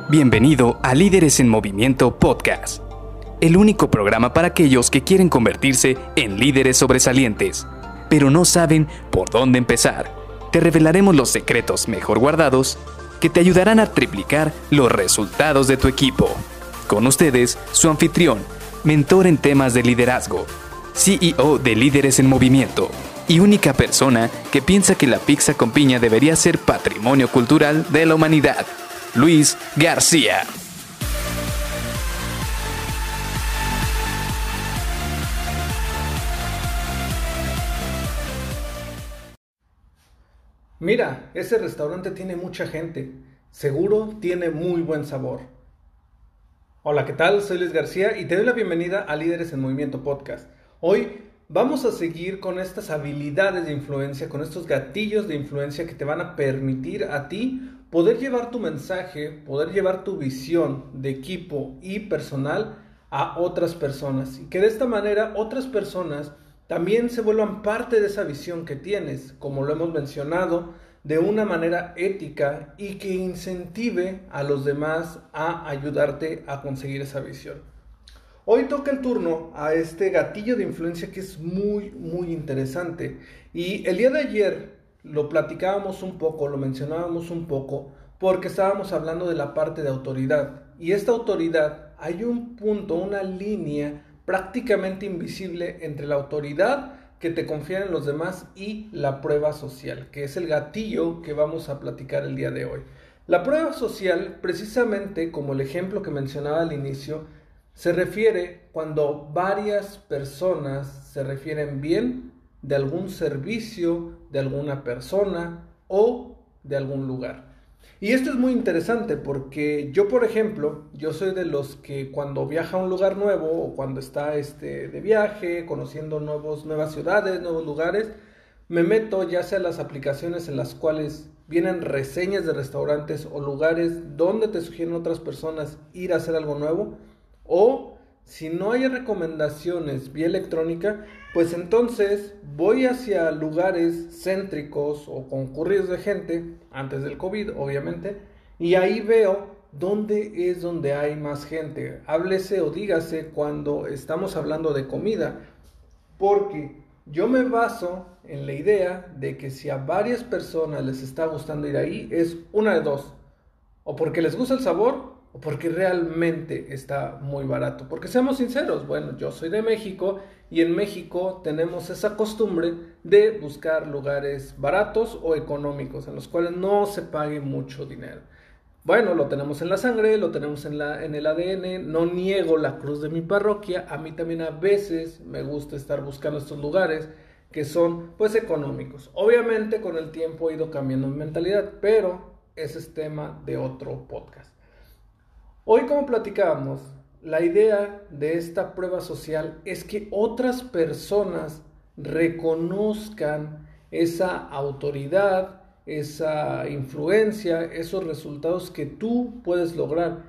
Bienvenido a Líderes en Movimiento Podcast, el único programa para aquellos que quieren convertirse en líderes sobresalientes, pero no saben por dónde empezar. Te revelaremos los secretos mejor guardados que te ayudarán a triplicar los resultados de tu equipo. Con ustedes, su anfitrión, mentor en temas de liderazgo, CEO de Líderes en Movimiento y única persona que piensa que la pizza con piña debería ser patrimonio cultural de la humanidad, Luis García. Mira, ese restaurante tiene mucha gente. Seguro tiene muy buen sabor. Hola, ¿qué tal? Soy Luis García y te doy la bienvenida a Líderes en Movimiento Podcast. Hoy vamos a seguir con estas habilidades de influencia, con estos gatillos de influencia que te van a permitir a ti poder llevar tu mensaje, poder llevar tu visión de equipo y personal a otras personas. Y que de esta manera otras personas también se vuelvan parte de esa visión que tienes, como lo hemos mencionado, de una manera ética y que incentive a los demás a ayudarte a conseguir esa visión. Hoy toca el turno a este gatillo de influencia que es muy interesante. Y el día de ayer lo platicábamos un poco, lo mencionábamos un poco, porque estábamos hablando de la parte de autoridad. Y esta autoridad, hay un punto, una línea prácticamente invisible entre la autoridad que te confían en los demás y la prueba social, que es el gatillo que vamos a platicar el día de hoy. La prueba social, precisamente como el ejemplo que mencionaba al inicio, se refiere cuando varias personas se refieren bien de algún servicio, de alguna persona o de algún lugar. Y esto es muy interesante porque yo, por ejemplo, yo soy de los que cuando viaja a un lugar nuevo o cuando está de viaje, conociendo nuevas ciudades, nuevos lugares, me meto ya sea a las aplicaciones en las cuales vienen reseñas de restaurantes o lugares donde te sugieren otras personas ir a hacer algo nuevo, o si no hay recomendaciones vía electrónica, pues entonces voy hacia lugares céntricos o concurridos de gente, antes del COVID obviamente, y ahí veo dónde es donde hay más gente. Háblese o dígase cuando estamos hablando de comida, porque yo me baso en la idea de que si a varias personas les está gustando ir ahí, es una de dos, o porque les gusta el sabor, o porque realmente está muy barato. Porque seamos sinceros, bueno, yo soy de México y en México tenemos esa costumbre de buscar lugares baratos o económicos en los cuales no se pague mucho dinero. Bueno, lo tenemos en la sangre, lo tenemos en el ADN, no niego la cruz de mi parroquia. A mí también a veces me gusta estar buscando estos lugares que son pues económicos. Obviamente con el tiempo he ido cambiando mi mentalidad, pero ese es tema de otro podcast. Hoy, como platicábamos, la idea de esta prueba social es que otras personas reconozcan esa autoridad, esa influencia, esos resultados que tú puedes lograr.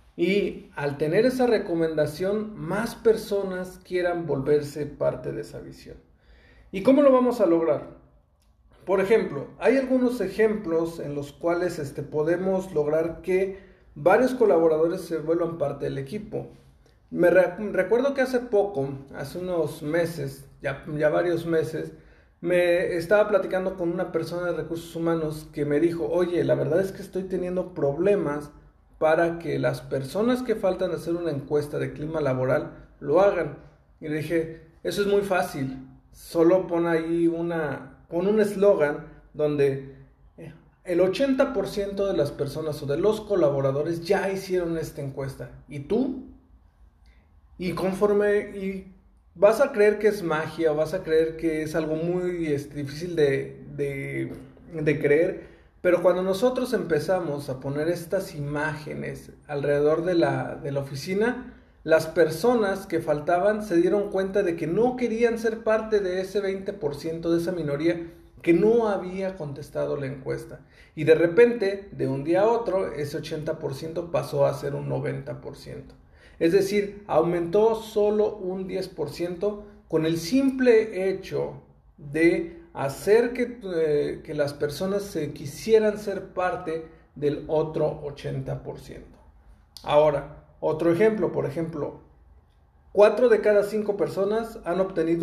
Y al tener esa recomendación, más personas quieran volverse parte de esa visión. ¿Y cómo lo vamos a lograr? Por ejemplo, hay algunos ejemplos en los cuales podemos lograr que varios colaboradores se vuelvan parte del equipo. Recuerdo que hace unos meses, ya varios meses, me estaba platicando con una persona de recursos humanos que me dijo, oye, la verdad es que estoy teniendo problemas para que las personas que faltan hacer una encuesta de clima laboral lo hagan. Y le dije, eso es muy fácil, solo pon ahí un eslogan donde el 80% de las personas o de los colaboradores ya hicieron esta encuesta. ¿Y tú? Y vas a creer que es magia o vas a creer que es algo muy difícil de creer. Pero cuando nosotros empezamos a poner estas imágenes alrededor de la oficina, las personas que faltaban se dieron cuenta de que no querían ser parte de ese 20% de esa minoría que no había contestado la encuesta. Y de repente, de un día a otro, ese 80% pasó a ser un 90%. Es decir, aumentó solo un 10% con el simple hecho de hacer que las personas se quisieran ser parte del otro 80%. Ahora, otro ejemplo, por ejemplo, 4 de cada 5 personas han obtenido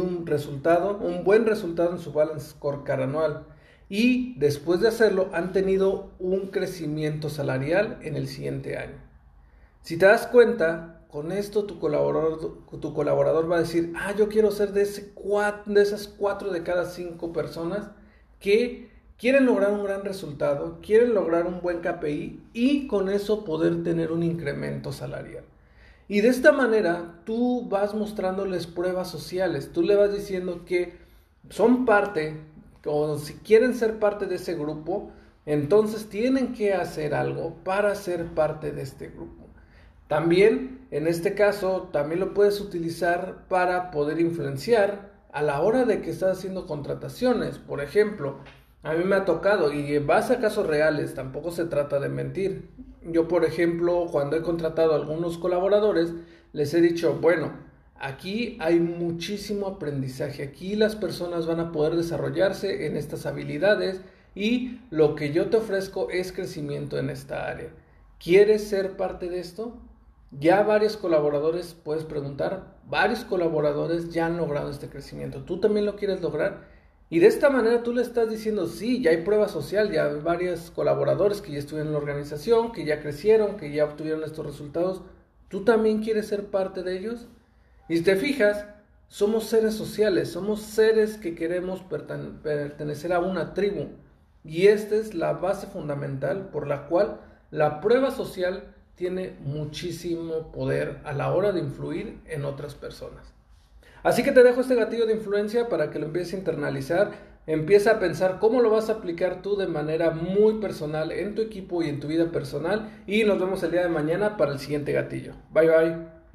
un buen resultado en su balance scorecard anual y después de hacerlo han tenido un crecimiento salarial en el siguiente año. Si te das cuenta, con esto tu colaborador va a decir, yo quiero ser de esas 4 de cada 5 personas que quieren lograr un gran resultado, quieren lograr un buen KPI y con eso poder tener un incremento salarial. Y de esta manera tú vas mostrándoles pruebas sociales, tú le vas diciendo que son parte, o si quieren ser parte de ese grupo, entonces tienen que hacer algo para ser parte de este grupo. También, en este caso, también lo puedes utilizar para poder influenciar a la hora de que estás haciendo contrataciones. Por ejemplo, a mí me ha tocado, y en base a casos reales, tampoco se trata de mentir. Yo, por ejemplo, cuando he contratado a algunos colaboradores, les he dicho, bueno, aquí hay muchísimo aprendizaje, aquí las personas van a poder desarrollarse en estas habilidades y lo que yo te ofrezco es crecimiento en esta área. ¿Quieres ser parte de esto? Ya varios colaboradores, puedes preguntar, varios colaboradores ya han logrado este crecimiento. ¿Tú también lo quieres lograr? Y de esta manera tú le estás diciendo, sí, ya hay prueba social, ya hay varios colaboradores que ya estuvieron en la organización, que ya crecieron, que ya obtuvieron estos resultados. ¿Tú también quieres ser parte de ellos? Y si te fijas, somos seres sociales, somos seres que queremos pertenecer a una tribu. Y esta es la base fundamental por la cual la prueba social tiene muchísimo poder a la hora de influir en otras personas. Así que te dejo este gatillo de influencia para que lo empieces a internalizar. Empieza a pensar cómo lo vas a aplicar tú de manera muy personal en tu equipo y en tu vida personal. Y nos vemos el día de mañana para el siguiente gatillo. Bye bye.